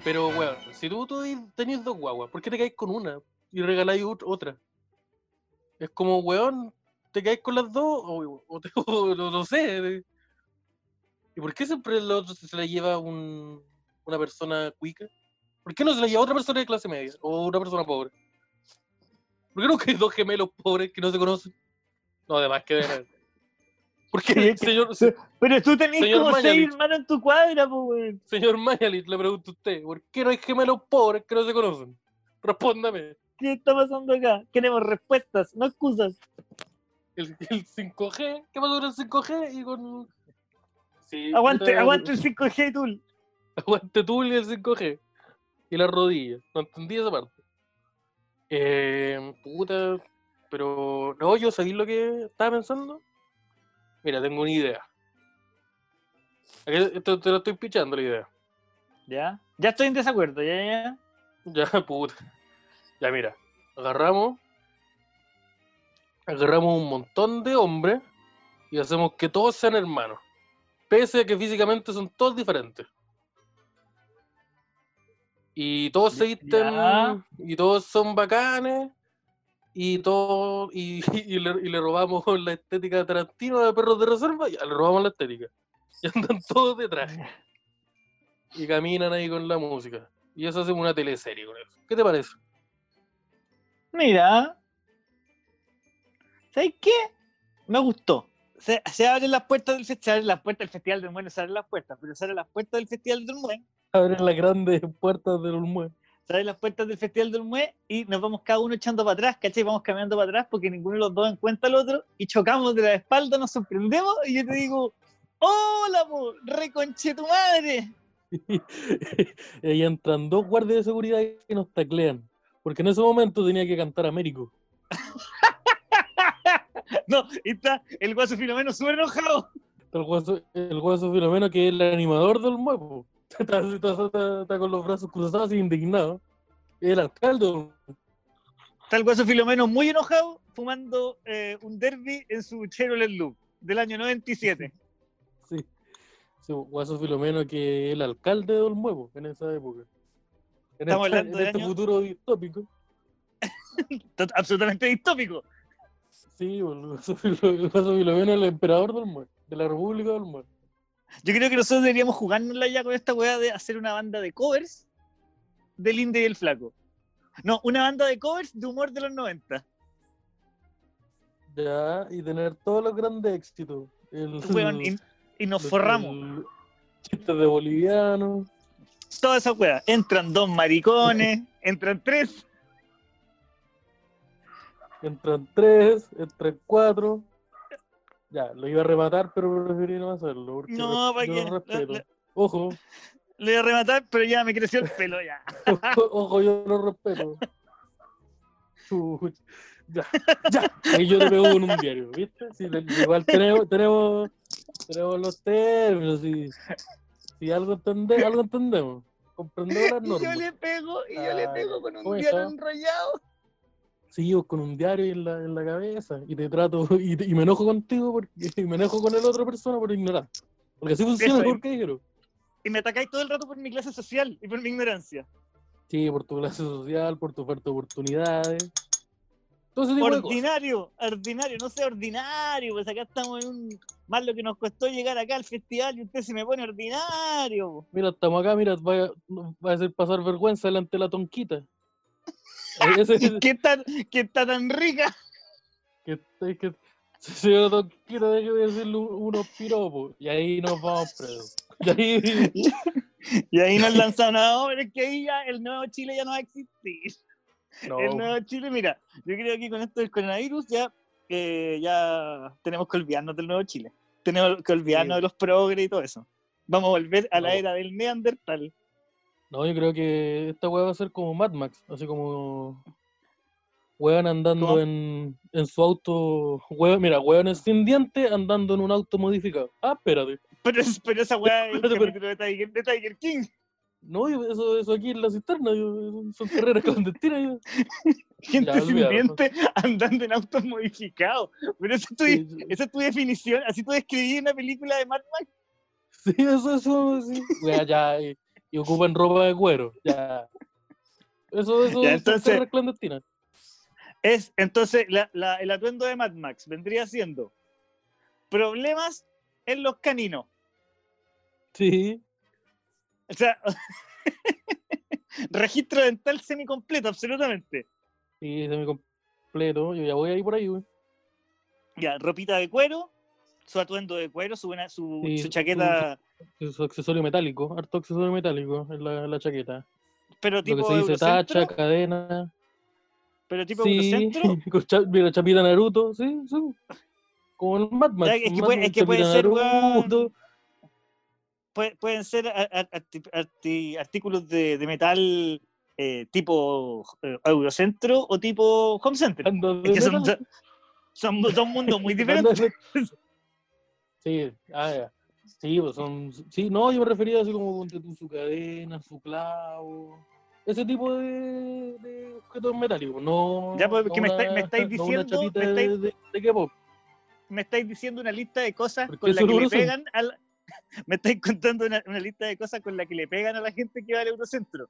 Pero, weón, si tú tenés dos guaguas, ¿por qué te caes con una y regaláis otra? Es como, weón, te caes con las dos o no sé. ¿Y por qué siempre el otro se la lleva una persona cuica? ¿Por qué no se la lleva otra persona de clase media o una persona pobre? ¿Por qué nunca hay dos gemelos pobres que no se conocen? No, además que ver. Porque, Pero tú tenés señor como Mañalich, 6 hermanos en tu cuadra, pues, weón. señor Mañalich, le pregunto a usted, ¿por qué no hay gemelos pobres que no se conocen? Respóndame. ¿Qué está pasando acá? Queremos respuestas, no excusas. El 5G, ¿qué pasó con el 5G? Y con... Sí, Aguante puta, el 5G, Tool. aguante tú y el 5G. Y la rodilla. No entendí esa parte. Puta, pero no, yo sabía lo que estaba pensando. Mira, tengo una idea. Esto te lo estoy pichando la idea. Ya estoy en desacuerdo, ya. Ya, puta. Ya, mira. Agarramos un montón de hombres y hacemos que todos sean hermanos. Pese a que físicamente son todos diferentes. Y todos se visten Ya. y todos son bacanes. Y todo y le robamos la estética de Tarantino de Perros de Reserva, ya le robamos la estética. Y andan todos de traje. Y caminan ahí con la música. Y eso hacemos una teleserie con eso. ¿Qué te parece? Mira. ¿Sabes qué? Me gustó. Se abren las puertas del festival, del Muen, no se abren las puertas, pero se abren las puertas del Festival del Muen. Abren las grandes puertas del Olmué. Se abren las puertas del Festival del Muen y nos vamos cada uno echando para atrás, ¿cachai? Vamos caminando para atrás porque ninguno de los dos encuentra al otro y chocamos de la espalda, nos sorprendemos y yo te digo, ¡hola, po! ¡Reconche tu madre! Y ahí entran dos guardias de seguridad que nos taclean. Porque en ese momento tenía que cantar Américo. No, y está el Guaso Filomeno súper enojado. El guaso Filomeno, que es el animador del Olmué, está con los brazos cruzados y indignado. Es el alcalde del Olmué. Está el Guaso Filomeno muy enojado fumando un derby en su Chevrolet Loop del año 97. Sí. Guaso Filomeno, que es el alcalde de Olmué en esa época. Estamos hablando en del este año futuro distópico. absolutamente distópico. Sí, el Guaso Filomeno es el emperador del Olmué, de la República del Olmué. Yo creo que nosotros deberíamos jugárnosla ya con esta weá de hacer una banda de covers del Indio y el Flaco. No, una banda de covers de humor de los 90. Ya, y tener todos los grandes éxitos. Weón, y nos forramos. Chistes de bolivianos. Toda esa weá. Entran 2 maricones, entran 3. Entran 3, entran 4. Ya, lo iba a rematar, pero preferí no hacerlo. Porque No, ¿para yo qué? lo respeto. Ojo, Le voy a rematar, pero ya me creció el pelo ya. ojo, yo lo respeto. Ya. Ahí yo te pego con un diario, ¿viste? Sí, igual tenemos los términos, si algo entendemos. Comprendemos las Y normas. yo le pego con un ¿cómo diario está? enrollado. Sí, yo con un diario en la cabeza y te trato y me enojo contigo y me enojo con la otra persona por ignorar. Porque así funciona el Jorge. Y me atacáis todo el rato por mi clase social y por mi ignorancia. Sí, por tu clase social, por tu oferta de oportunidades. Todo ese tipo Ordinario, no sé, ordinario. Pues acá estamos en un... Más lo que nos costó llegar acá al festival y usted se me pone ordinario. Mira, estamos acá, mira, va a hacer pasar vergüenza delante de la tonquita. ¿Qué está tan rica? Que señora tonquita, déjeme decirle unos piropos. Y ahí nos vamos presos. Y ahí nos lanzaron a hombres que ahí ya el nuevo Chile ya no va a existir. No. El nuevo Chile, mira, yo creo que con esto del coronavirus ya tenemos que olvidarnos del nuevo Chile. Tenemos que olvidarnos de los progres y todo eso. Vamos a volver a la era del Neandertal. No, yo creo que esta weá va a ser como Mad Max, así como weón andando en su auto, weón sin diente andando en un auto modificado. Ah, espérate. Pero esa weá es el capítulo de Tiger King. No, eso aquí en la cisterna, son carreras clandestinas. Gente ya, sin diente andando en autos modificados. Pero esa es tu definición, así tú describís una película de Mad Max. Sí, eso, sí. Wea, ya, y y ocupan ropa de cuero. Ya. Eso Ya, es entonces- tierras clandestinas. Entonces, el atuendo de Mad Max vendría siendo problemas en los caninos. Sí. O sea, registro dental semicompleto, absolutamente. Sí, semi completo. Yo ya voy ahí por ahí, güey. Ya, ropita de cuero, su atuendo de cuero, su Sí, chaqueta, su accesorio metálico, harto accesorio metálico en la chaqueta. pero Lo que tipo se dice Eurocentro, tacha, cadena. pero tipo Sí, Eurocentro. mira, chapita Naruto, sí, sí. Como el Mad Ya, Max. es que puede Chapita ser, Naruto. weón, pueden ser artículos de metal tipo Eurocentro o tipo Home Center. Bandas Es de que metal. son dos mundos muy Bandas diferentes. de metal. Sí, ya. Sí, pues son. Sí, no, yo me refería así como ponte tú su cadena, su clavo. Ese tipo de objetos metálicos. No, Ya, pues, que me estáis no una diciendo, chapita de K-pop. me estáis diciendo una lista de cosas Porque con eso la que le Eurocentro. pegan me estáis contando una lista de cosas con la que le pegan a la gente que va al Eurocentro.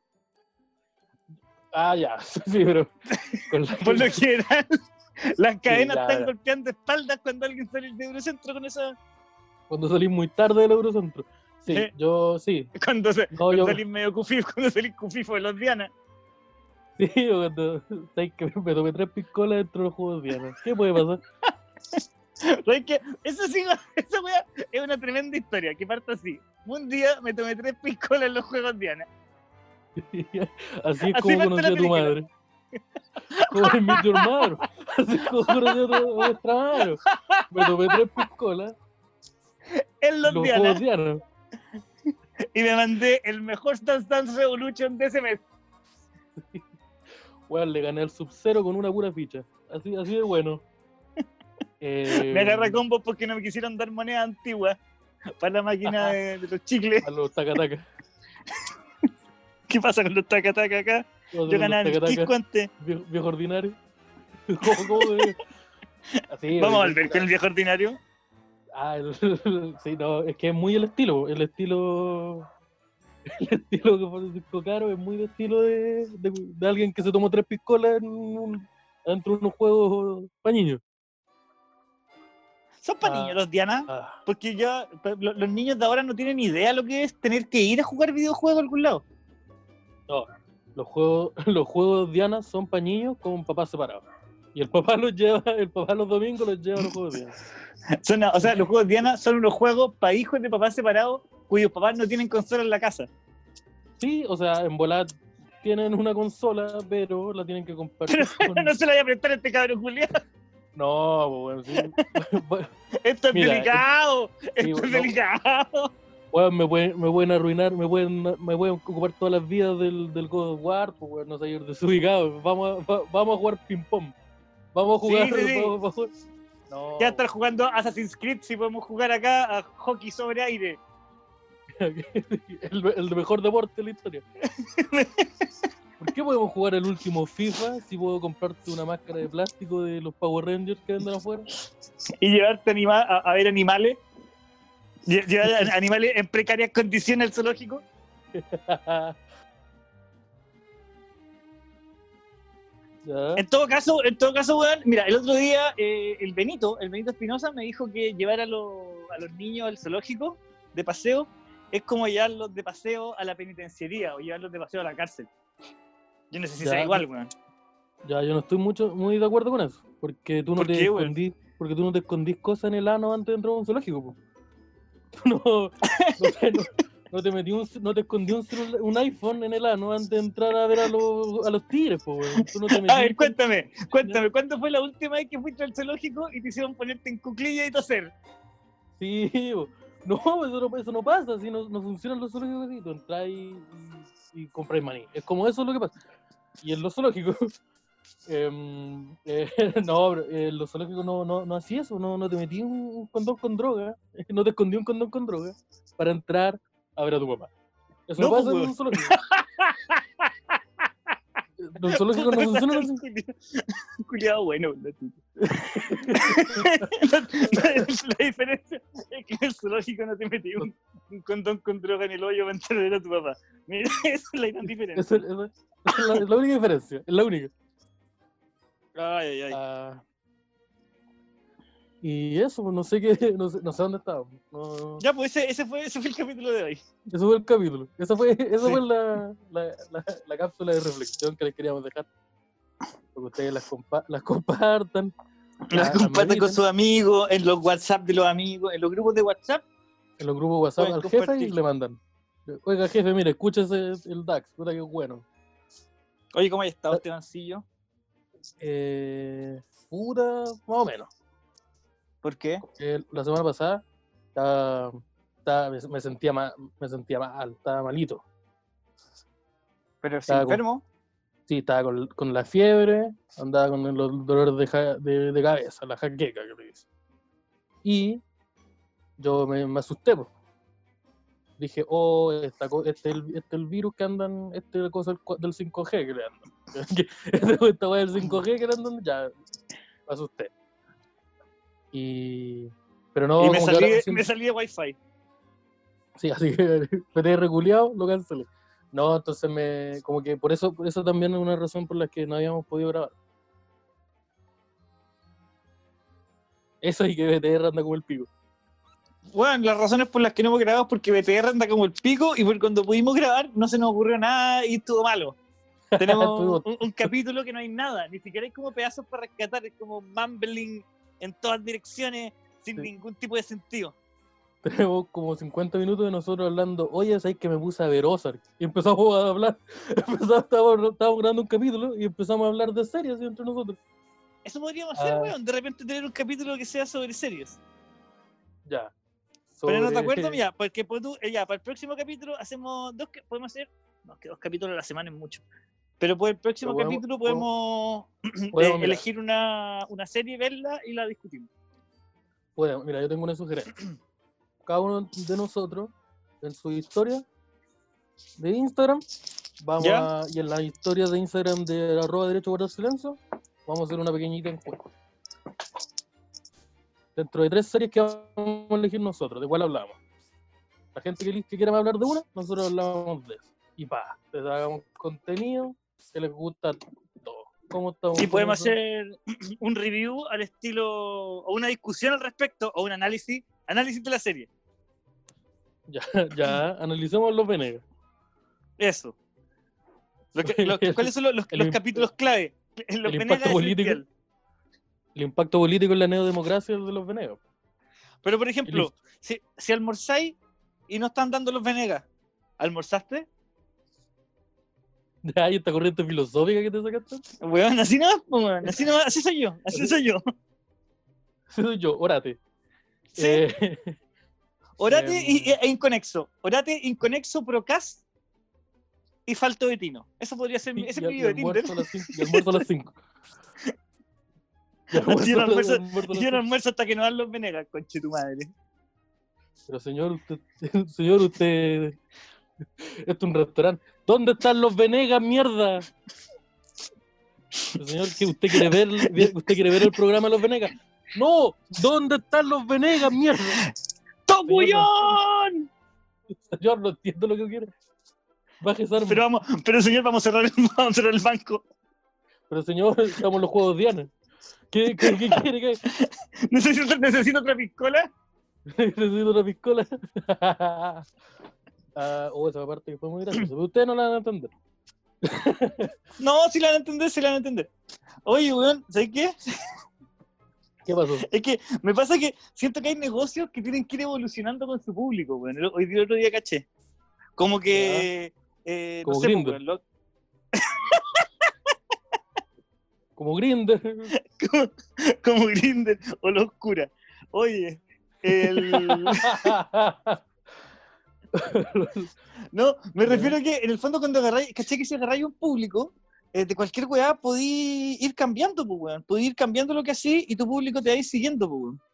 Ah, ya, sí, pero. Por lo general, las cadenas ya, están ya. golpeando espaldas cuando alguien sale de Eurocentro con esa. Cuando salís muy tarde del Eurocentro. Sí, yo sí. Cuando No, yo. salís medio cufifo, cuando salís cufifo de los Diana. Sí, cuando. ¿Sabes que me tomé 3 piscolas dentro de los juegos de Diana? ¿Qué puede pasar? ¿Sabes qué? Eso sí, esa wea es una tremenda historia, que parte así. Un día me tomé 3 piscolas en los juegos Diana. Así es Así como parte conocí la a tu película. madre. Como en Meet Your Mother. Así es como conocí a nuestra madre. Me tomé 3 piscolas En en los los Diana. juegos Diana. Y me mandé el mejor Dance Dance Revolution de ese mes. Bueno, le gané al Sub-Zero con una pura ficha. Así de bueno. Me agarré combos porque no me quisieron dar moneda antigua para la máquina de los chicles. A los tacataca. ¿Qué pasa con los tacataca acá? Yo ganaba el Kiko antes. Viejo ordinario. ¿Cómo de- Así, Vamos a oye, volver con el viejo ordinario. Ah, sí, no, es que es muy el estilo que pone Cinco Caro es muy de estilo de alguien que se tomó 3 piscolas dentro de unos juegos para niños. Son para niños los Diana, Ah, porque ya los niños de ahora no tienen idea lo que es tener que ir a jugar videojuegos a algún lado. no, los juegos Diana son para niños con papás separados. Y el papá los domingos los lleva a los juegos Diana. O sea, los juegos Diana son unos juegos para hijos de papás separados cuyos papás no tienen consola en la casa. Sí, o sea, en volar tienen una consola, pero la tienen que compartir Pero con... no se la voy a prestar a este cabrón Julián. No, pues bueno, sí. Esto es Mira, delicado. sí, Esto es no. delicado. Weón, me pueden arruinar, me pueden ocupar todas las vidas del God of War, pues weón, no sé, yo desubicado. Vamos a jugar ping-pong. Vamos a jugar. Sí, sí. Vamos a jugar. No, Ya estar jugando Assassin's Creed si podemos jugar acá a hockey sobre aire. el mejor deporte de la historia. ¿Por qué podemos jugar el último FIFA si puedo comprarte una máscara de plástico de los Power Rangers que venden afuera? Y llevarte a ver animales. Llevar animales en precarias condiciones al zoológico. ¿Ya? En todo caso, weón, mira, el otro día el Benito Espinosa me dijo que llevar a los niños al zoológico de paseo es como llevarlos de paseo a la penitenciaría o llevarlos de paseo a la cárcel. Yo no sé si Ya. sea igual, weón. Ya, yo no estoy muy de acuerdo con eso, porque tú no ¿Por te qué, güey? escondís, porque tú no te escondís cosas en el ano antes de entrar a un zoológico, po. Tú no te metí no te escondí un iPhone en el ano antes de entrar a ver a los tigres, po, weón. Tú no te metí A ver, cuéntame, ¿cuándo fue la última vez que fuiste al zoológico y te hicieron ponerte en cuclilla y toser? Sí, po. No, eso no pasa, así no funcionan los zoológicos así. Tú entras y compras maní. Es como eso lo que pasa. Y en los zoológicos, no, bro, en los zoológicos no hacía eso, no te metí un condón con droga, no te escondí un condón con droga para entrar a ver a tu papá. Eso No, no pasa pues, en weón. un zoológico. Los zoológicos no funcionan así. Culiado bueno, la chucha. La diferencia es que en el zoológico no te metí un condón con droga en el hoyo para enterrar a tu papá. Mira, esa es la gran diferencia. Esa es la única diferencia, es la única. Ay, ay, ay. Ah, y eso, pues no sé qué, no sé dónde estaba. No, Ya, pues ese fue el capítulo de hoy. eso fue el capítulo. Esa fue Sí. la cápsula de reflexión que les queríamos dejar. Porque ustedes las compartan. Las comparten con mediten. sus amigos, en los WhatsApp de los amigos, en los grupos de WhatsApp. En los grupos WhatsApp Pueden al jefe y compartir. le mandan. Oiga, jefe, mire, escúchese el DAX, puta que bueno. Oye, ¿cómo has estado, Estebancillo? Puta, más o menos. ¿Por qué? La semana pasada me sentía mal, estaba malito. Pero si Estaba enfermo. Sí, estaba con la fiebre, andaba con los dolores de cabeza, la jaqueca que le dice. Y yo me asusté, pues. Dije, oh, este es el virus que andan, este es la cosa del 5G que le andan. Esta weá del 5G que le andan, ya me asusté. Pero no, Y me como que ahora salí de Wi-Fi. Sí, así que PTR culiao, lo cancelé. No, entonces como que por eso también es una razón por la que no habíamos podido grabar. Eso y que BTR anda como el pico. Bueno, las razones por las que no hemos grabado es porque BTR anda como el pico y porque cuando pudimos grabar no se nos ocurrió nada y estuvo malo. Tenemos un capítulo que no hay nada, ni siquiera hay como pedazos para rescatar, es como mumbling en todas direcciones sin ningún tipo de sentido. Tenemos como 50 minutos de nosotros hablando, oye, ¿sabes que me puse a ver Ozark? Y empezamos a hablar, estábamos grabando un capítulo y empezamos a hablar de series entre nosotros. Eso podríamos hacer, weón, de repente tener un capítulo que sea sobre series. Ya. Pero no te acuerdo, mira, porque ya, para el próximo capítulo hacemos podemos hacer, no, que 2 capítulos a la semana es mucho. Pero por el próximo capítulo podemos elegir una serie, verla y la discutimos. Mira, yo tengo una sugerencia. Cada uno de nosotros, en su historia de Instagram, y en la historia de Instagram de @derecho_silencio, vamos a hacer una pequeñita encuesta. Dentro de 3 series que vamos a elegir nosotros, ¿de cuál hablamos? La gente que quiera hablar de una, nosotros hablamos de eso. Y les hagamos contenido que les gusta todo. ¿Cómo estamos? Y podemos hacer un review al estilo, o una discusión al respecto, o un análisis de la serie. Ya, analicemos los Venegas. Eso. ¿Cuáles son los capítulos clave? El impacto político. El impacto político en la neodemocracia de los Venegas. Pero, por ejemplo, si almorzáis y no están dando los Venegas, ¿almorzaste? Ay, esta corriente filosófica que te sacaste. Weón, así nomás, weón. Así soy yo. Así soy yo, orate. Sí. Orate e inconexo. Orate, inconexo, procas y falto de tino. Eso podría ser ese pedido de Tinder. Y almuerzo a las 5. Yo no almuerzo hasta que no dan los Venegas, conche tu madre. Pero señor, usted esto es un restaurante. ¿Dónde están los Venegas, mierda? Pero señor, ¿qué usted quiere ver el programa de los Venegas? No, ¿dónde están los Venegas, mierda? ¡Tocullón! Señor, no entiendo lo que quiere. Baje esa arma. Pero señor, vamos a cerrar el banco. Pero señor, estamos en los juegos Diana. ¿Qué quiere? ¿Necesito otra piscola? Necesito una piscola. Esa parte que fue muy graciosa. Pero ustedes no la van a entender. No, sí la van a entender. Oye, weón, ¿sabes qué? ¿Qué pasó? Es que me pasa que siento que hay negocios que tienen que ir evolucionando con su público, weón. Hoy el otro día caché. Como que... como no sé, Grindr. Weón, como Grindr. como Grindr o la oscura. Oye, no, me refiero a que en el fondo cuando agarráis, caché que si agarráis un público de cualquier weá, podí ir cambiando, pues, weón. Podí ir cambiando lo que así y tu público te va a ir siguiendo, pues, weón.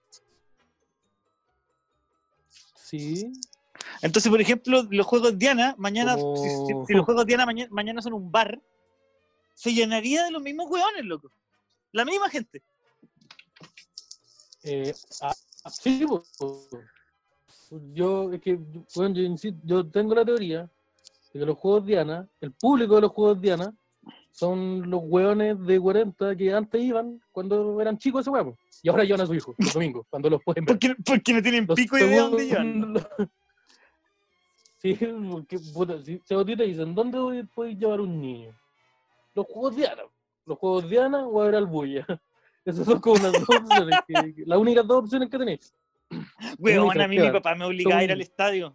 Sí. Entonces, por ejemplo, los juegos Diana, mañana, si los juegos Diana mañana son un bar, se llenaría de los mismos hueones, loco. La misma gente. Sí, pues. Bueno, yo insisto, yo tengo la teoría de que los juegos Diana, el público de los juegos Diana, son los hueones de 40 que antes iban cuando eran chicos ese huevo. Y ahora llevan a su hijo, el domingo, cuando los pueden ver. Porque no tienen Los pico idea de dónde llevan. segundos- Sí, porque puta, si a ti te dicen, ¿dónde puedes llevar un niño? Los juegos Diana. Los juegos Diana o a ver al Bulla. Esas son como las dos opciones, las únicas dos opciones que tenéis. Weón, a mí mi Esteban, papá me obligaba a ir son- al estadio.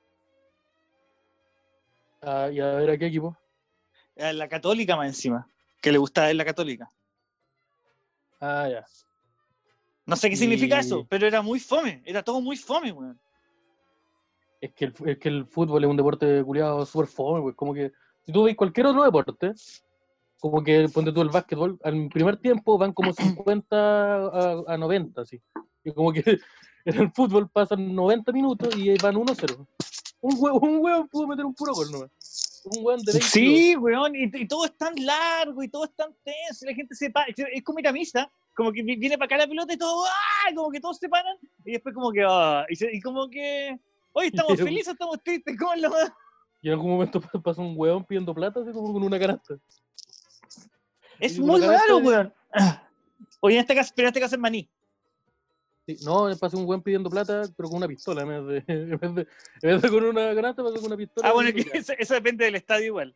Y a ver a qué equipo. A la Católica más encima. Que le gustaba ver la Católica. Ya. No sé qué Y- significa eso, pero era muy fome. Era todo muy fome, weón. Es que el fútbol es un deporte culiado súper fome, pues. Como que si tú ves cualquier otro deporte, como que ponte tú el básquetbol, al primer tiempo van como 50 a 90, así. Y como que en el fútbol pasan 90 minutos y van 1-0. Un hueón pudo meter un puro gol nomás. Un hueón de 22. Sí, weón, y todo es tan largo y todo es tan tenso, y la gente se para, es como ir a misa, como que viene para acá la pelota y todo, como que todos se paran, y después como que, y como que, oye, estamos felices, estamos tristes, ¿cómo es la verdad? Y en algún momento pasa un hueón pidiendo plata, así como con una canasta. Es Y muy una canasta raro, de- weón. Oye, pero en este caso es maní. Sí, no, pasa un hueón pidiendo plata, pero con una pistola, en vez de, en vez de con una canasta, pasa con una pistola. Bueno, que diciendo, eso depende del estadio igual.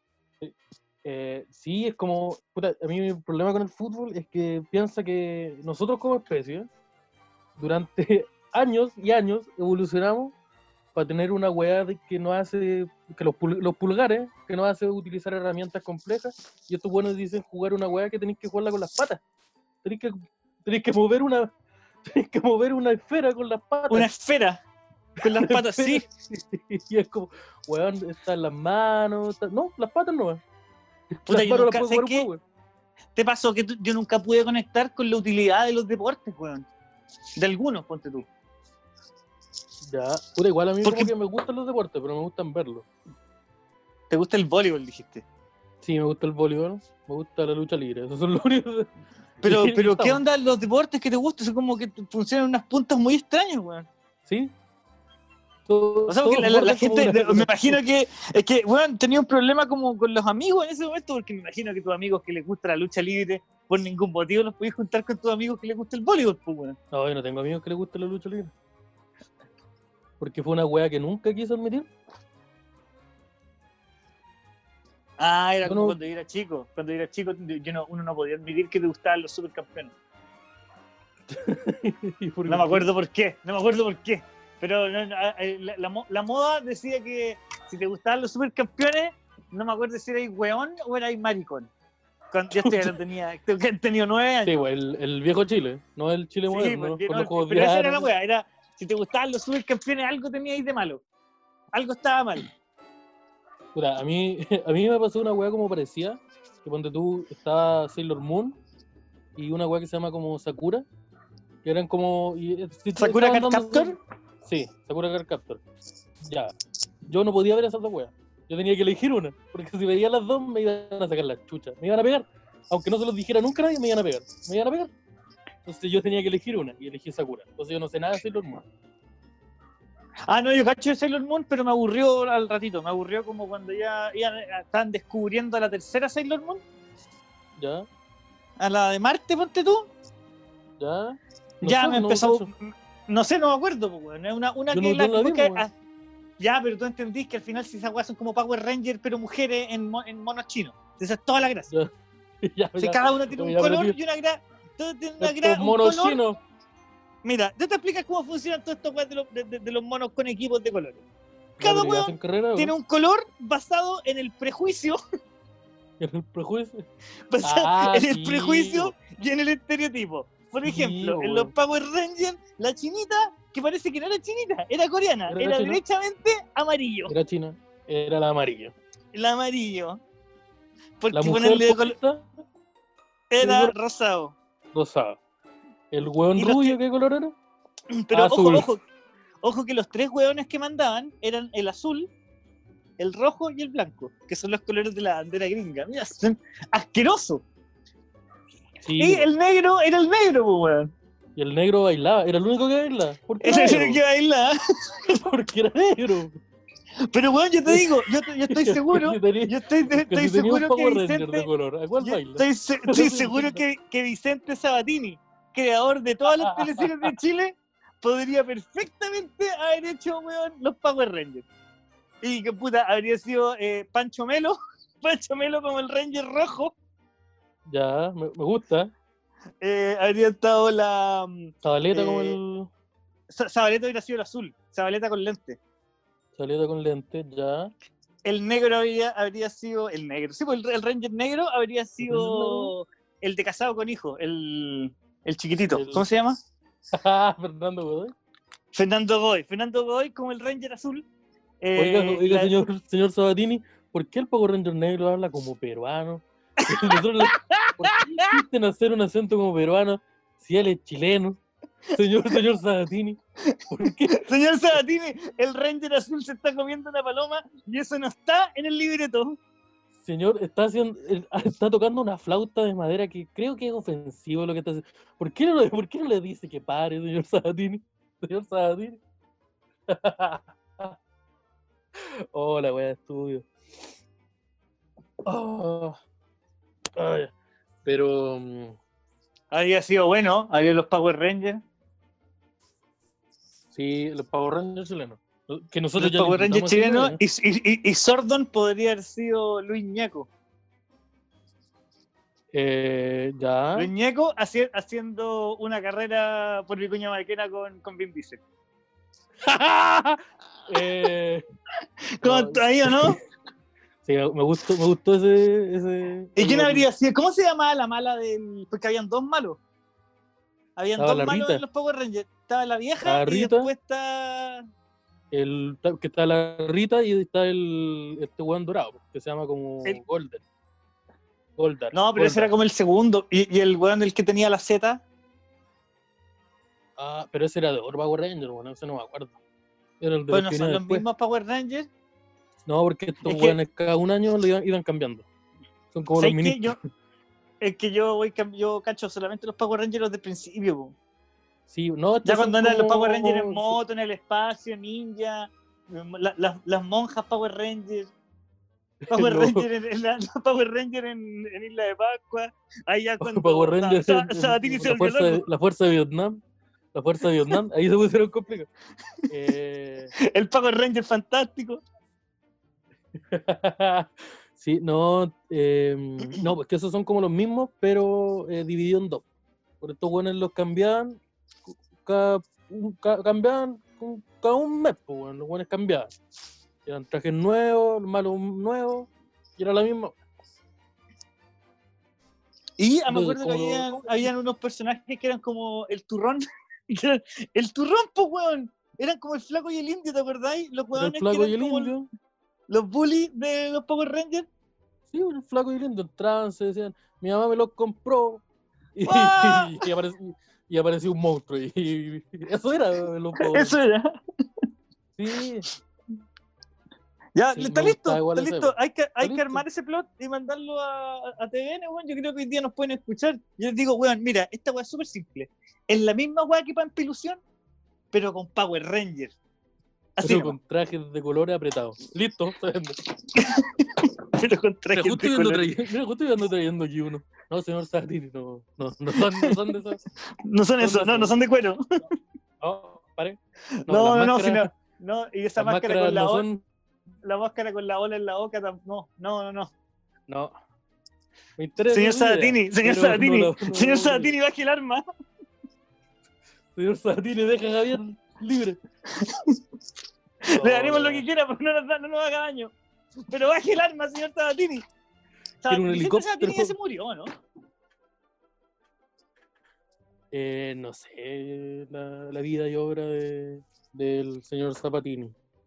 sí, es como, puta, a mí mi problema con el fútbol es que piensa que nosotros como especie, durante años y años, evolucionamos para tener una weá que nos hace, que los pulgares, que nos hace utilizar herramientas complejas, y estos buenos dicen jugar una weá que tenéis que jugarla con las patas. Tenéis que mover una esfera con las patas. Una esfera con las patas, sí. Y es como, weón, está en las manos, no, las patas no. Puta, Las yo manos nunca, las puede ¿sabes jugar qué? un poco. Te pasó que yo nunca pude conectar con la utilidad de los deportes, weón. De algunos, ponte tú. Ya, puta, igual a mí Porque- como que me gustan los deportes, pero me gustan verlos. ¿Te gusta el voleibol, dijiste? Sí, me gusta el voleibol, me gusta la lucha libre, esos son los únicos. Pero, Y ¿qué estamos. onda los deportes que te gustan? Son como que funcionan unas puntas muy extrañas, weón. ¿Sí? O sea, porque la gente, me imagino que, es que, weón, tenía un problema como con los amigos en ese momento, porque me imagino que tus amigos que les gusta la lucha libre, por ningún motivo los podías juntar con tus amigos que les gusta el voleibol, pues, weón. No, yo no tengo amigos que les guste la lucha libre. Porque fue una wea que nunca quiso admitir. Era Yo como no- cuando yo era chico. Cuando yo era chico, uno no podía admitir que te gustaban los supercampeones. ¿Y por No qué? me acuerdo por qué, Pero la moda decía que si te gustaban los supercampeones, no me acuerdo si erais weón o erais maricón. Cuando yo tenía 9 años. Sí, pues, el viejo Chile, no el Chile Sí, moderno, porque con no, los juegos pero esa era la diarios. wea, era si te gustaban los supercampeones, algo teníais de malo. Algo estaba mal. Puta, a mí me pasó una weá como parecía, que ponte tú, estaba Sailor Moon y una weá que se llama como Sakura, que eran como... ¿Sakura estaban Card dando- Captor? Sí, Sakura Card Captor. Ya, yo no podía ver esas dos weas, yo tenía que elegir una, porque si veía las dos me iban a sacar la chucha, me iban a pegar, aunque no se los dijera nunca a nadie, me iban a pegar. Entonces yo tenía que elegir una, y elegí Sakura, entonces yo no sé nada de Sailor Moon. No, yo cacho de Sailor Moon, pero me aburrió al ratito. Me aburrió como cuando ya estaban descubriendo a la tercera Sailor Moon. Ya, A la de Marte, ponte tú. ya. Ya sé, me no empezó. cacho. No sé, no me acuerdo, pues, weón. Es una Yo que no- la yo no la vi, busca- pues, weón. Ya, pero tú entendís que al final si esas weas son como Power Rangers, pero mujeres en monos chinos. Esa es toda la gracia. Ya, Si ya. cada una tiene un Ya, color pero y una gra. Todo tiene una estos un monos color. chinos. Mira, yo te explicas cómo funcionan todos estos weas de los monos con equipos de colores. Ya, Cada pero ya weón hacen carrera, tiene un color basado en el prejuicio. ¿En el prejuicio? Basado en el Sí, prejuicio y en el estereotipo. Por Sí, ejemplo, en weón. los Power Rangers, la chinita, que parece que no era chinita, era coreana, Era era china. derechamente amarillo. Era china, era la amarilla. El amarillo. Porque La mujer ponerle color poeta, era color? rosado. rosada. El hueón Y los rubio, ¿qué color era? Pero Azul. ojo que los tres hueones que mandaban eran el azul, el rojo y el blanco, que son los colores de la bandera gringa. Mira, son asquerosos. Sí, Y el negro era el negro, pues, weón. y el negro bailaba, era el único que bailaba. ¿Por qué Ese era es el negro? que baila. Porque era negro. Pero, weón, yo te digo, yo estoy seguro, Que estoy si tenía un seguro que Power Ranger de Vicente, color, ¿a cuál yo baila? estoy seguro que Vicente Sabatini, creador de todas las teleseries de Chile, podría perfectamente haber hecho, weón, los Power Rangers. Y que puta, habría sido Pancho Melo, Pancho Melo como el Ranger rojo, Ya, me gusta. habría estado Zabaleta como eh, el. Zabaleta hubiera sido el azul, Zabaleta con lente. Zabaleta con lentes, ya. El negro habría sido el negro. Sí, pues el Ranger negro habría sido el de casado con hijo, el chiquitito. ¿Cómo se llama? Fernando Godoy. Fernando Godoy. Fernando Godoy como el Ranger azul. Oiga, señor Sabatini, ¿por qué el Power Ranger negro habla como peruano? ¿Por qué insisten en hacer un acento como peruano si él es chileno? Señor Sabatini, ¿por qué? Señor Sabatini, el Ranger azul se está comiendo una paloma y eso no está en el libreto. Señor, está tocando una flauta de madera que creo que es ofensivo lo que está haciendo. ¿Por qué no le dice que pare, señor Sabatini? Señor Sabatini. Hola, wea de estudio. Oh, ay, pero Habría sido bueno, habría los Power Rangers. sí, los Power Rangers chilenos. Que nosotros Los ya le Power Rangers invitamos a hacer chilenos una, y Sordon podría haber sido Luis Ñeco. ya. Luis Ñeco haciendo una carrera por Vicuña Maquena con Vin Diesel. ¿Cómo ahí o no? Sí, me gustó ese. ¿Y quién habría sido? ¿Cómo se llamaba la mala del...? Porque habían dos malos. Habían Estaba dos la malos Rita. en los Power Rangers. Estaba la vieja La y Rita, después está... que está la Rita y está este weón dorado, que se llama como Goldar. No, pero ese era como el segundo. Y el weón, el que tenía la Z. Ah, pero ese era de otro Power Ranger, bueno, ese no me acuerdo. Era el de los Bueno, que son venía los después. mismos Power Rangers. No, porque estos Es que, weones cada un año lo iban cambiando. Son como los ¿sabes qué? ministros. Es que yo cacho solamente los Power Rangers de principio, po. Sí, no, Ya estos son cuando eran los Power Rangers en como. moto, en el espacio, ninja, las monjas Power Rangers, Power Los Ranger Power Ranger en Isla de Pascua, ahí ya Power cuando Rangers Sabatini se la volvió fuerza loco. la fuerza de Vietnam. La fuerza de Vietnam, ahí se pusieron complicados. El Power Ranger fantástico. Sí, no, pues que esos son como los mismos, pero divididos en dos. Por estos buenos los cambiaban, cambiaban cada un mes, pues, bueno, los buenos cambiaban. Eran trajes nuevos, malos nuevos, y era la misma. Y me Entonces, acuerdo que habían unos personajes que eran como el turrón. El turrón, pues, weón. Eran como el flaco y el indio, ¿te acordáis? Los era el weones que flaco eran y el como indio. los bullies de los Power Rangers. Sí, el flaco y el indio entraban, se decían, mi mamá me los compró. Y, ¡Ah! y apareció un monstruo. Y eso era los Power Eso Rangers. era. Sí. Ya, Sí, está me gustaba listo, igual está esa listo. época. Hay que listo. armar ese plot y mandarlo a TVN, weón. Yo creo que hoy día nos pueden escuchar. Yo les digo, weón, mira, esta weá es súper simple. Es la misma weá que Pampilusión, pero con Power Rangers. Así Pero nomás. con trajes de colores apretados. Listo, está bien. Pero con Mira, trajes justo de colores. justo ando trayendo aquí uno. No, señor Sabatini, no son de esas. No son eso, no son de cuero. No, pare. No, No, sino, no, y esa las máscara máscaras con no son. la máscara con la ola en la boca, no. No. Me interesa su idea, Señor pero Sabatini, no señor lo Sabatini, baje el arma. Señor Sabatini, deja a Javier libre. Le daremos lo que quiera, porque no nos haga daño. Pero baje el arma, señor Sabatini. Quiere un Vicente helicóptero. Sabatini ya se murió, ¿no? No sé la vida y obra del señor Sabatini.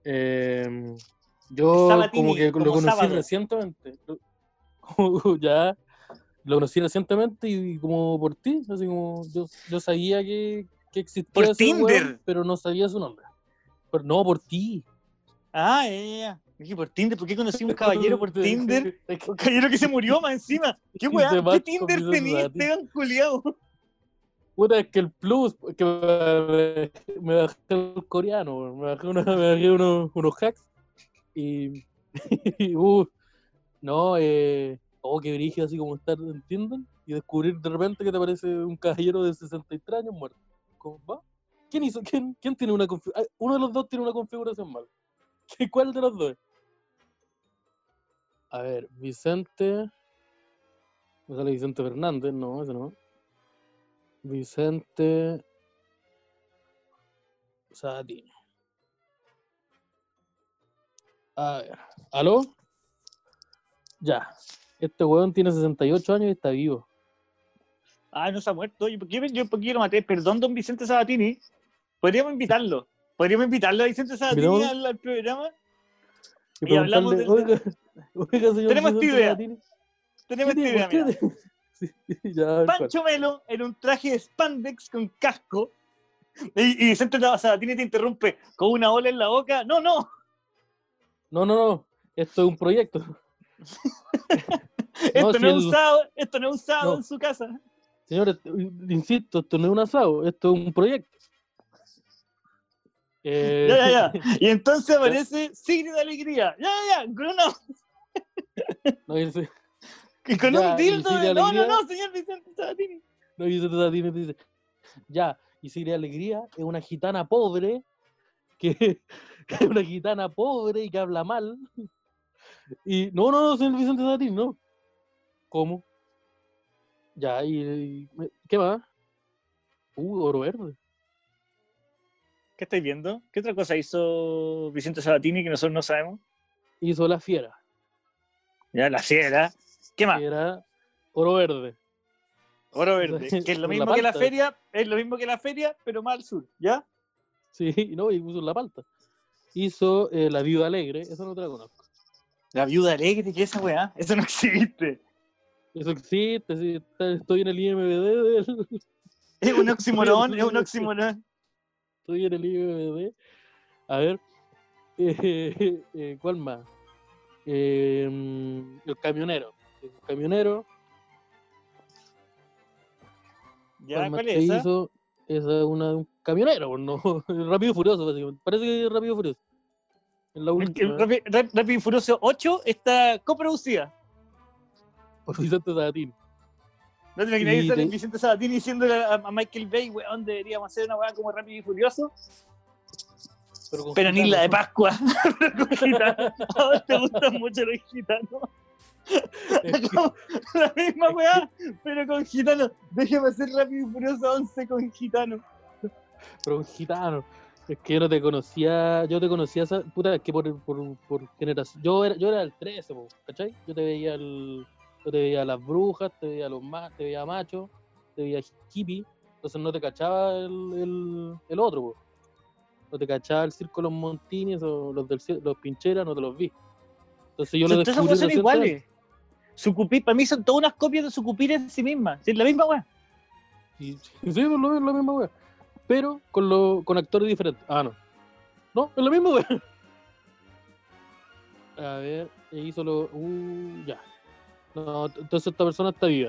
Yo Sabatini, como que lo como conocí sábado. recientemente. Ya lo conocí recientemente y como por ti, así como yo sabía que existía Por ese Tinder. weón, pero no sabía su nombre. Pero no, por ti. Ah, ya. Dije, ¿por Tinder? ¿Por qué conocí a un caballero por Tinder? Un caballero que se murió más encima. ¿Qué weá? Se ¿Qué mató Tinder Vicente tenía Sabatini. Esteban culiao? Puta, es que el plus, que me bajé el coreano, weón. Me bajé unos hacks y, no, oh, qué brígido, así como estar en Tinder y descubrir de repente que te aparece un caballero de 63 años muerto. ¿Cómo va? ¿Quién hizo? ¿Quién tiene una configuración? Uno de los dos tiene una configuración mal. ¿Cuál de los dos? A ver, Vicente. Me sale Vicente Fernández, no, ese no. Vicente Sabatini. A ver, ¿aló? Ya. Este weón tiene 68 años y está vivo. Ah, no se ha muerto. ¿Por qué lo maté? Perdón, don Vicente Sabatini. Podríamos invitarlo. Podríamos invitarlo a Vicente Sabatini ¿Invitamos? al programa. Y Y hablamos preguntarle, del... oiga, señor Tenemos esta Vicente idea. Sabatini. Tenemos esta ¿Por idea, qué? mira. Sí, ya, a ver, ¿cuál? Pancho Melo en un traje de spandex con casco. Y Vicente Sabatini te interrumpe con una ola en la boca. No, no. No. Esto es un proyecto. No, Esto si no es el... usado. Esto no es usado No, en su casa. señores, insisto, esto no es un asado, esto es un proyecto. Ya. Y entonces aparece Sigrid de Alegría. Ya. Con una... No, dice, Y con un ya, y dildo Sigrid de... Alegría, No, señor Vicente Sabatini. no, y Vicente Sabatini dice, ya, y Sigrid Alegría es una gitana pobre, que es una gitana pobre y que habla mal. Y no, señor Vicente Sabatini, no. ¿Cómo? Ya, ¿qué más? Oro verde. ¿Qué estáis viendo? ¿Qué otra cosa hizo Vicente Sabatini que nosotros no sabemos? Hizo La Fiera. Ya, la fiera. ¿Qué más? Que era oro verde. Oro verde. Que es lo En la mismo que la palta. feria, pero más al sur, ¿ya? Sí, no, y puso en la palta. Hizo La Viuda Alegre, esa no te la conozco. La viuda alegre, ¿qué es esa weá? Eso no existe. Eso existe, sí, estoy en el IMDb Es un oxímoron, Estoy en el IMDb. A ver, ¿cuál más? El camionero. El camionero. ¿Ya? Más ¿Cuál que es esa? hizo? Esa es una de un camionero, no. Rápido y Furioso, básicamente. Parece que es Rápido y Furioso. En la última. Rápido y Furioso 8 está coproducida. Por Vicente Sabatini. ¿No te imaginas sale Vicente Sabatini diciéndole a Michael Bay, weón, deberíamos hacer una weá como Rápido y Furioso? Pero ni la de Pascua. Pero con gitano. ¿A vos te gustan mucho los gitanos? La misma weá, pero con gitano. Déjame hacer Rápido y Furioso 11 con gitano. Pero un gitano. Es que yo no te conocía, esa puta, es que por generación. Yo era el 13, ¿cachai? Yo te veía a las brujas, te veía te veía a macho, te veía hippie, entonces no te cachaba el otro, po. No te cachaba el circo de los Montines o los Pincheras, no te los vi. Entonces yo lo Todas esas descubrí weas son recientemente. iguales. Sucupir, para mí son todas unas copias de Sucupir en sí mismas. Es la misma weá. Y sí, es la misma wea. Pero con actores diferentes. Ah, no. No, es la misma wea. A ver, hizo ya. No, entonces esta persona está viva.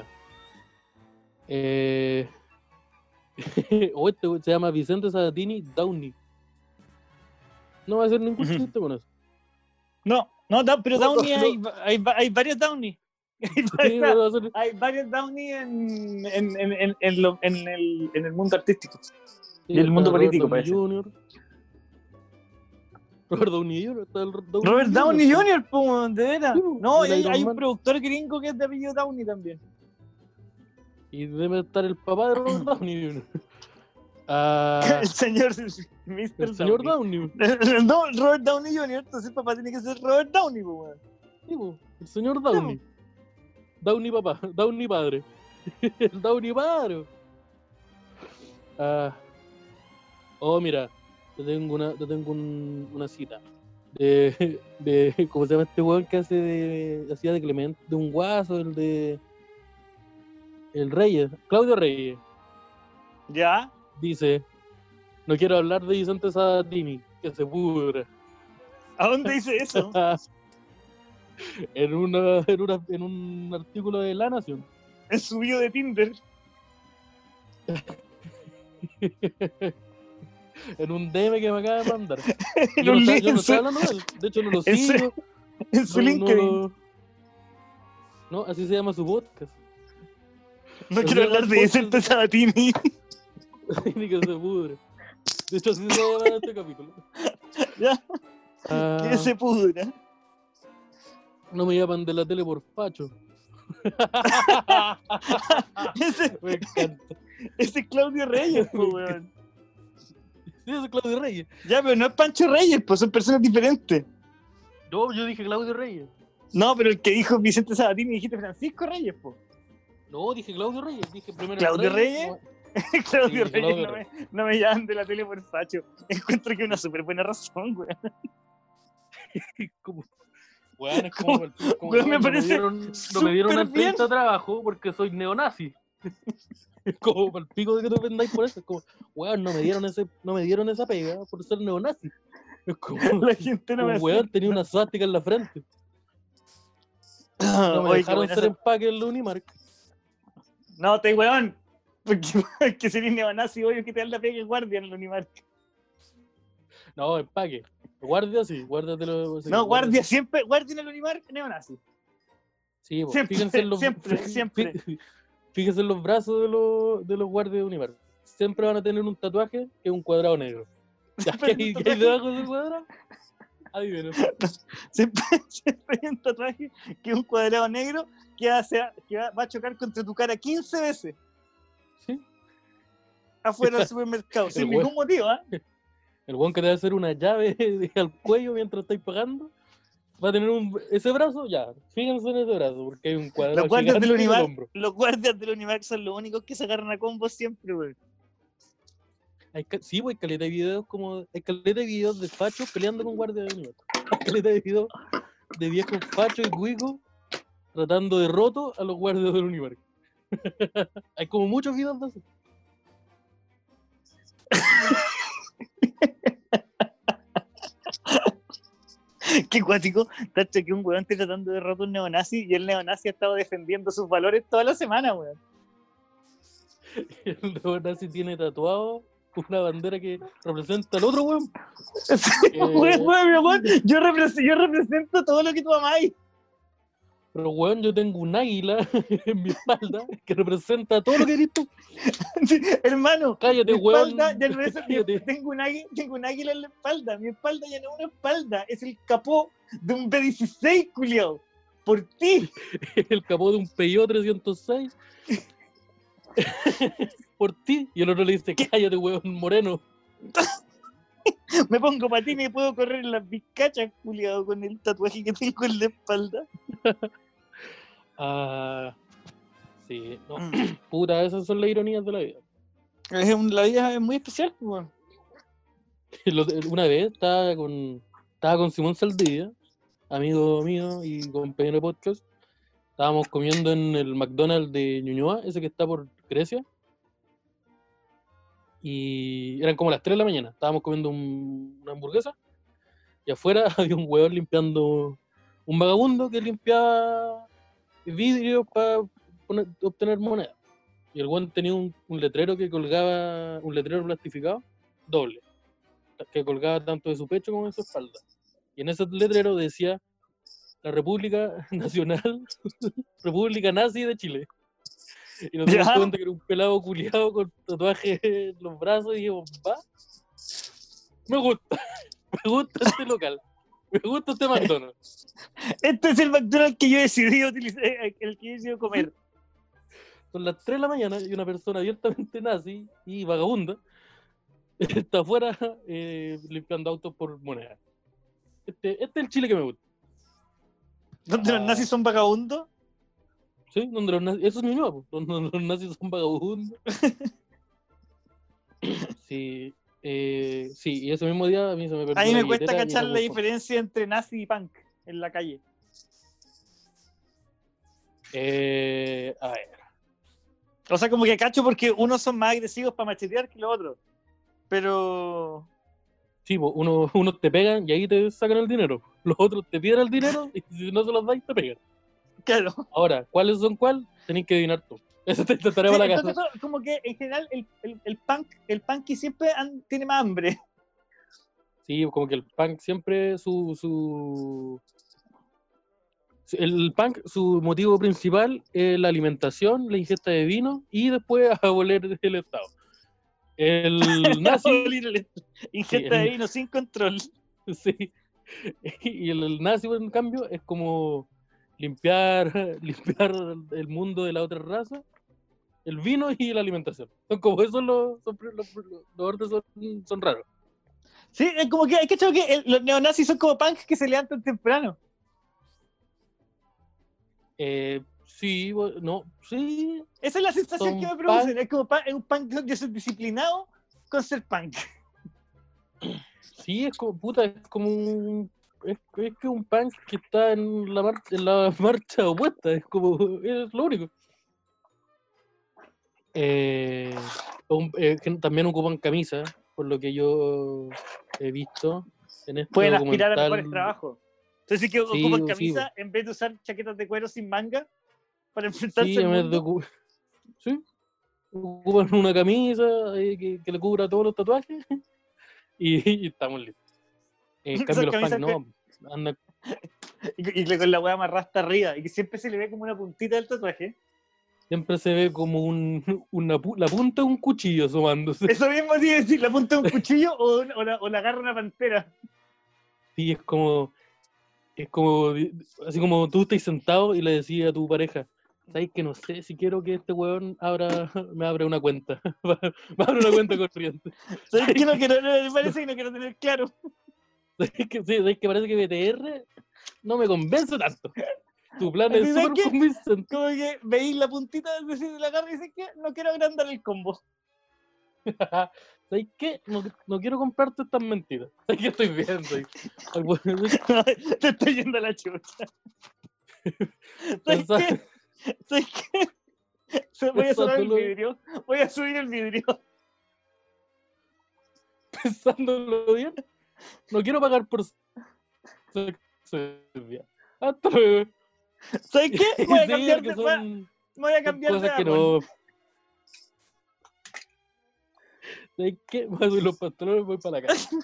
O este se llama Vicente Sabatini Downey. No va a hacer ningún chiste con eso. No, pero Downey no. Hay varios Downey. Hay varios Downey en el mundo artístico. Sí, y el mundo político, Robert parece. Robert Downey Jr. Está el Robert Downey Jr., de veras. Sí, no, y el hay Iron un productor gringo que es de apellido Downey también. Y debe estar el papá de Robert Downey Jr. El señor Mr. El señor Downey. No, Robert Downey Jr., entonces el papá tiene que ser Robert Downey, pues. Sí, el señor Downey. Downey papá, Downey padre. El Downey padre. Oh, mira, te tengo una cita de ¿cómo se llama este weón que hacía de Clemente, de un guaso, el Reyes, Claudio Reyes? ¿Ya? Dice, no quiero hablar de Vicente Sabatini, que se pudra. ¿A dónde dice eso? en un artículo de La Nación. En su bio de Tinder. En un DM que me acaba de mandar. En Yo un no, link yo no en estoy su, hablando de él. De hecho, no lo en su- sigo. en su No, LinkedIn. no, así se llama su podcast. No Así quiero se llama hablar el de podcast. Vicente Sabatini. Ni que se pudre. De hecho, así se llama este capítulo. Ya, Ah, que se pudra. no me llaman de la tele por facho. Ese, Me encanta. ese es Claudio Reyes, po, weón. Sí, ese es Claudio Reyes. Ya, pero no es Pancho Reyes, pues son personas diferentes. Yo dije Claudio Reyes. No, pero el que dijo Vicente Sabatini dijiste Francisco Reyes, po. No, dije Claudio Reyes. Dije primero ¿Claudio Reyes? no, Claudio Sí, Reyes, Claudio no me llaman de la tele por facho. Encuentro que es una súper buena razón, weón. como, bueno, es como, como Weón, me no parece dieron una súper entrevista bien. de trabajo porque soy neonazi. Es como para el pico de que te ofendáis por eso. Es como, weón, no me dieron esa pega por ser neonazi. Es como, La gente no como me weón, acepta. tenía una suástica en la frente. No me Oye, qué dejaron buena ser esa- empaque en la Unimark. No, estoy weón. Porque si eres neonazi, obvio que te dan la pega de guardia en el Unimark. No, empaque. Guardia sí, guárdatelo. Sí, No, guardia siempre, guardia en el Unimark, neonazi. Sí, pues, Siempre, fíjense en los, siempre. Fíjense en los brazos de los guardias de Unimark. Siempre van a tener un tatuaje que es un cuadrado negro. ¿Ya? ¿Qué hay debajo de ese cuadrado? Adivinen. Siempre hay un tatuaje que es un cuadrado negro que va a chocar contra tu cara 15 veces ¿Sí? afuera del supermercado, sin weón. ningún motivo, ¿ah? El weón que te va a hacer una llave al cuello mientras estáis pagando va a tener ese brazo, ya. Fíjense en ese brazo, porque hay un cuadrado Los guardias gigante del en el Unimark, hombro. los guardias del Unimark son los únicos que se agarran a combos siempre, güey. Sí, pues hay caleta de videos hay caleta de videos de fachos peleando con guardias de Unimark. Hay caleta de videos de viejos fachos y cuicos tratando de roto a los guardias del Unimark. Hay como muchos videos de eso. Qué cuático, tacho, que un weón esté tratando de rotar un neonazi y el neonazi ha estado defendiendo sus valores toda la semana, weón. El neonazi tiene tatuado una bandera que representa al otro weón. Weón, yo represento todo lo que tú amáis. Pero weón, yo tengo un águila en mi espalda que representa todo lo que eres tú. Hermano, Cállate, mi weón. espalda, ya no es, Cállate. tengo un águila en la espalda. Mi espalda ya no es una espalda, es el capó de un B-16, culiao. Por ti. El capó de un Peugeot 306. Por ti. Y el otro le dice, cállate, weón, moreno. Me pongo patines y puedo correr en las bizcachas, culiao, con el tatuaje que tengo en la espalda. Ah, sí, no. Puta, esas son las ironías de la vida. La vida es muy especial, weón. Una vez estaba con Simón Saldivia, amigo mío y compañero de podcast. Estábamos comiendo en el McDonald's de Ñuñoa, ese que está por Grecia. Y eran como las 3 de la mañana. Estábamos comiendo una hamburguesa. Y afuera había un huevón limpiando, un vagabundo que limpiaba vidrios para obtener moneda. Y el huevón tenía un letrero que colgaba, un letrero plastificado, doble, que colgaba tanto de su pecho como de su espalda. Y en ese letrero decía la República Nacional, República Nazi de Chile. Y nos dimos cuenta que era un pelado culiado con tatuajes en los brazos y dijimos, va, me gusta este local, me gusta este McDonald's. Este es el McDonald's que yo decidí utilizar, el que yo decidí comer. Son las 3 de la mañana y una persona abiertamente nazi y vagabunda está afuera limpiando autos por moneda. Este es el Chile que me gusta. ¿Dónde los nazis son vagabundos? Sí, donde los nazis, eso es Ñuñoa, donde los nazis son vagabundos. Sí, sí, y ese mismo día a mí se me perdió. A mí la me cuesta billetera y cachar no la puedo- diferencia entre nazi y punk en la calle. A ver, O sea, como que cacho porque unos son más agresivos para machetear que los otros. Pero Sí, po, unos te pegan y ahí te sacan el dinero. Los otros te piden el dinero y si no se los dais, te pegan. Claro. Ahora, ¿cuáles son cuál? Tenéis que adivinar tú. Esa te tarea Sí, para la entonces, casa. como que en general el punky siempre tiene más hambre. Sí, como que el punk siempre el punk, su motivo principal es la alimentación, la ingesta de vino y después abolir el Estado. El nazi, sí, Ingesta de vino sin control. sí, y el nazi, en cambio, es como limpiar el mundo de la otra raza, el vino y la alimentación. Son como esos los órdenes son raros. Sí, es como que hay que echar que los neonazis son como punks que se levantan temprano. Sí, no, sí, Esa es la sensación que son me producen. Es como es un punk de ser disciplinado con ser punk. sí, es como, puta, es como es que un punk que está en la marcha opuesta, es como, es lo único. También ocupan camisa, por lo que yo he visto en este Pueden aspirar a documental. mejores trabajos. Entonces, que Sí, ocupan sí, camisa en vez de usar chaquetas de cuero sin manga para enfrentarse sí, al en vez de mundo. sí, ocupan una camisa que le cubra todos los tatuajes y estamos listos. En Esas cambio los punk camisas no, andan. y con la hueá más rasta arriba y que siempre se le ve como una puntita del tatuaje. Siempre se ve como la punta de un cuchillo asomándose. Eso mismo tiene que decir, la punta de un cuchillo o la agarra una pantera. Sí, es como, así como tú estás sentado y le decís a tu pareja, ¿sabes que no sé si quiero que este weón me abra una cuenta? Me abra una cuenta corriente. ¿Sabes qué? Me parece que no quiero tener claro. ¿Sabes que parece que BTR no me convence tanto? Tu plan Así, es ¿sabes súper qué? convincente. Como que veis la puntita de la garra y dices que no quiero agrandar el combo. ¿Sabes qué? No quiero comprarte estas mentiras. ¿Sabes qué estoy viendo? Te estoy yendo a la chucha. ¿Sabes qué? ¿Sabes qué? Voy a cerrar el vidrio. Voy a subir el vidrio. Pensándolo bien, no quiero pagar por sexo. Hasta luego. ¿Sabes qué? Me voy a Sí, cambiar porque me voy a cambiar de cosas que vagón. no. ¿Sabes qué? Voy a subir los pantalones y voy para la casa.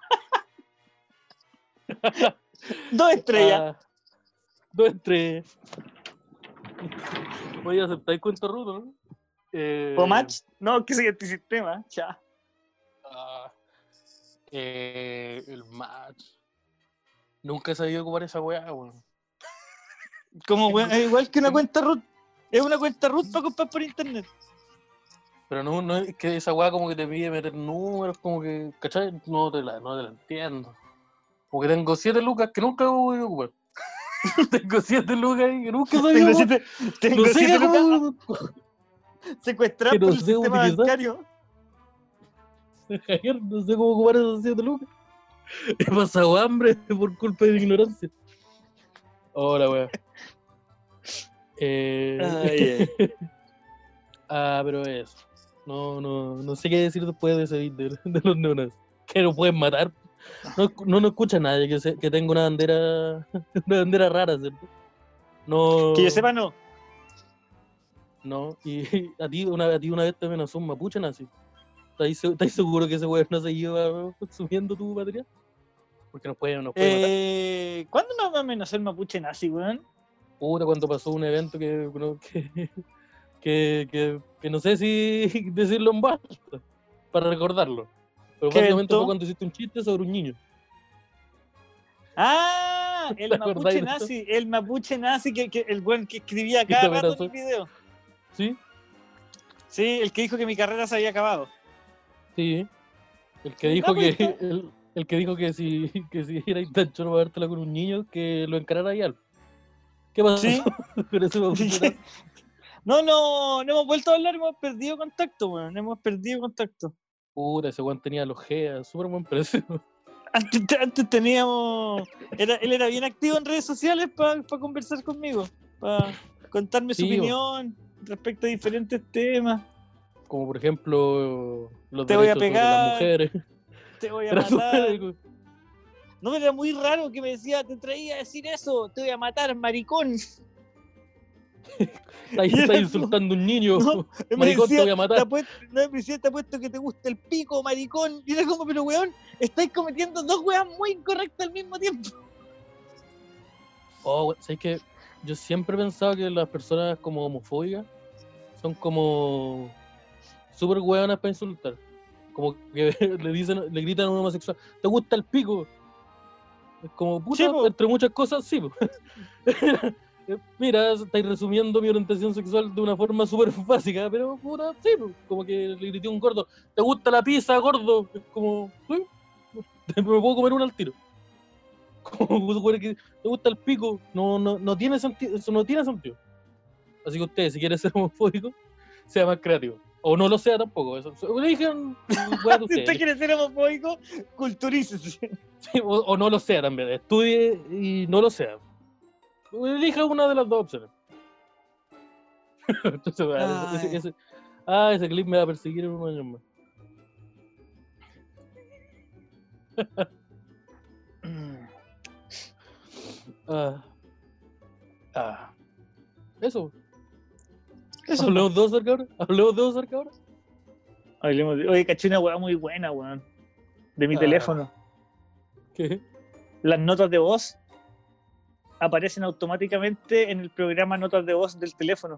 2 estrellas. 2 estrellas. Voy a aceptar el cuento rudo, ¿no? ¿O match? No, que soy antisistema. Ya. El match. Nunca he sabido ocupar esa weá, weón. Como, weón, es igual que una cuenta root. Es una cuenta root para comprar por internet. Pero no es que esa weá como que te pide meter números, como que, ¿cachai? No te la entiendo. Porque tengo 7 lucas que nunca voy a ocupar. Tengo 7 lucas y que nunca he sabido ocupar. Tengo No sé 7 lucas cómo. secuestradas Que no por el sé sistema utilizar. bancario. Javier, no sé cómo ocupar esos 7 lucas. He pasado hambre por culpa de mi ignorancia. Hola, weá. Pero eso. No sé qué decir después de ese beat de los neonazis. Que no pueden matar. No escucha nadie que tenga una bandera rara, ¿cierto? No. Que yo sepa, no. No. Y a ti una vez te amenazó un mapuche nazi. ¿Estás seguro que ese weón no se iba subiendo tu batería? Porque nos puede matar. ¿Cuándo me amenazó el mapuche nazi, weón? Puta, cuando pasó un evento que no sé si decirlo en voz alta para recordarlo. Pero ¿Qué básicamente evento? fue cuando hiciste un chiste sobre un niño. Ah, ¿Te el mapuche acordáis de eso? nazi. El mapuche nazi que el weón que escribía ¿Y te cada rato en amenazó? el video. Sí, Sí, el que dijo que mi carrera se había acabado. sí. El que Sí, dijo no, pues, que el que dijo que si era tan choro para dártela con un niño, que lo encarara ahí algo. ¿Qué pasó sí. con ese mapuche nazi? No hemos vuelto a hablar, hemos perdido contacto, weón. Hemos perdido contacto. Puta, ese weón tenía los GEA, súper buen precio. Antes teníamos. Él era bien activo en redes sociales para conversar conmigo, para contarme su Sí, opinión respecto a diferentes temas. como por ejemplo los Te voy a derechos sobre las pegar, mujeres. Te voy a Era súper. matar. No, pero era muy raro que me decía, te traía a decir eso, te voy a matar, maricón. Estás Y era insultando a un niño. no, me Maricón, te decía, voy a matar. me decía, te apuesto que te gusta el pico, maricón. Y era como, pero weón, estáis cometiendo dos weas muy incorrectas al mismo tiempo. Oh, ¿sabes qué? Yo siempre he pensado que las personas como homofóbicas son como súper hueonas para insultar. Como que le gritan a un homosexual, ¿te gusta el pico? Es como, puta, Sí, po. entre muchas cosas, sí. Po. Mira, estáis resumiendo mi orientación sexual de una forma súper básica, pero puta, sí, po. Como que le grité a un gordo, ¿te gusta la pizza, gordo? Es como, sí, me puedo comer una al tiro. Como que te gusta el pico, no tiene sentido, eso no tiene sentido. Así que usted, si quiere ser homofóbico, sea más creativo. O no lo sea tampoco. Eso, elijan, Si usted quiere ser homofóbico, culturícese. Sí, o no lo sea también. Estudie y no lo sea. Elija una de las dos opciones. Entonces, ese clip me va a perseguir en unos años más. Eso. ¿Hablemos de Ozark ahora? ¿Hablemos de Ozark ahora? Oye, caché una weá muy buena, weón. De mi teléfono. ¿Qué? Las notas de voz aparecen automáticamente en el programa Notas de Voz del teléfono.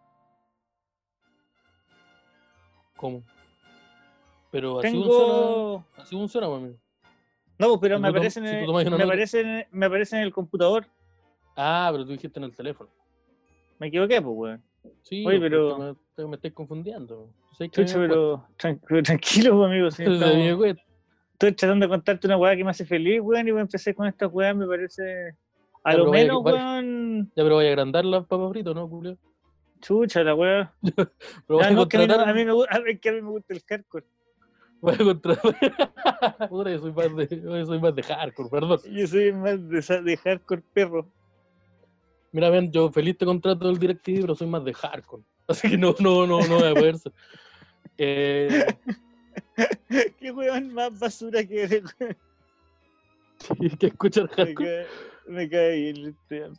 ¿Cómo? Pero Tengo... así funciona, amigo. No, pero Si me tú aparece, si tú tomas una nota... me aparece en el computador. Ah, pero tú dijiste en el teléfono. Me equivoqué, pues, weón. Sí, oye, pero... me estoy confundiendo. Chucha, pero tranquilo, pues, amigo. Si estoy tratando de contarte una weá que me hace feliz, weón, y voy a empezar con esta weá, me parece... A lo menos, weón... Ya, pero vaya a agrandar las papas fritas, ¿no, Julio? Chucha, la weá. Pero Ya, no, que a mí contratar... me gusta el hardcore. Voy a contratar... Puta, yo soy más de hardcore, perdón. Yo soy más de hardcore perro. Mira, ven, yo feliz te contrato el DirecTV, pero soy más de hardcore. Así que no voy a poder ser. Qué weón más basura que eres, weón. Sí, que escuchar hardcore. Me cae bien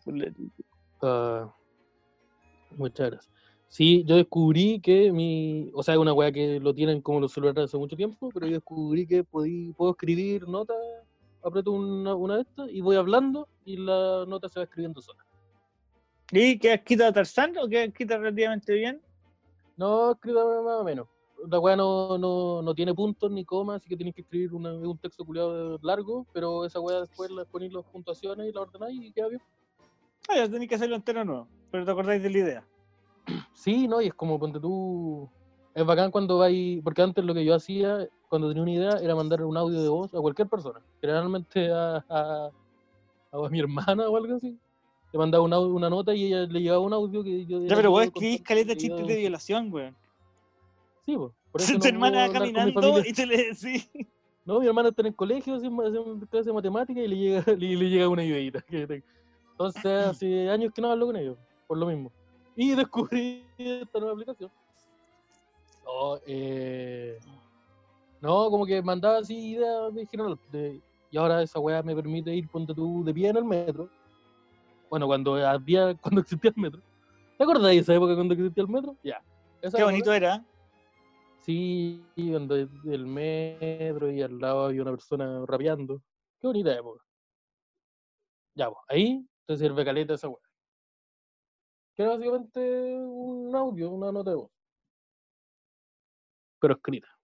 Muchas gracias. Sí, yo descubrí que o sea, es una weá que lo tienen como los celulares hace mucho tiempo, pero yo descubrí que puedo escribir notas, aprieto una de estas y voy hablando y la nota se va escribiendo sola. ¿Y quedas quita Tarzán o quedas quita relativamente bien? No, escrita más o menos. La weá no tiene puntos ni comas, así que tienes que escribir un texto culiado largo, pero esa weá después la ponéis las puntuaciones y la ordenáis y queda bien. Ah, ya tenéis que hacerlo entero nuevo, pero te acordáis de la idea. Sí, ¿no? Y es como, ponte tú... Es bacán cuando vais... Porque antes lo que yo hacía, cuando tenía una idea, era mandar un audio de voz a cualquier persona. Generalmente a mi hermana o algo así. Le mandaba una nota y ella le llevaba un audio que yo... Ya, pero vos escribís caleta chistes de violación, weón. Sí, pues. Por eso Tu hermana va caminando y te le decís... No, mi hermana está en el colegio, haciendo clase de matemáticas y le llega una ideita. Entonces, hace años que no hablo con ellos, por lo mismo. Y descubrí esta nueva aplicación. No, como que mandaba así ideas de general. Y ahora esa weá me permite ir, ponte tú, de pie en el metro. Bueno, cuando existía el metro. ¿Te acordás de esa época cuando existía el metro? Ya. Qué bonito era. Sí, cuando el metro y al lado había una persona rapeando. Qué bonita época. Ya, pues, ahí te sirve caleta esa weá. Que era básicamente un audio, una nota de voz. Pero escrita.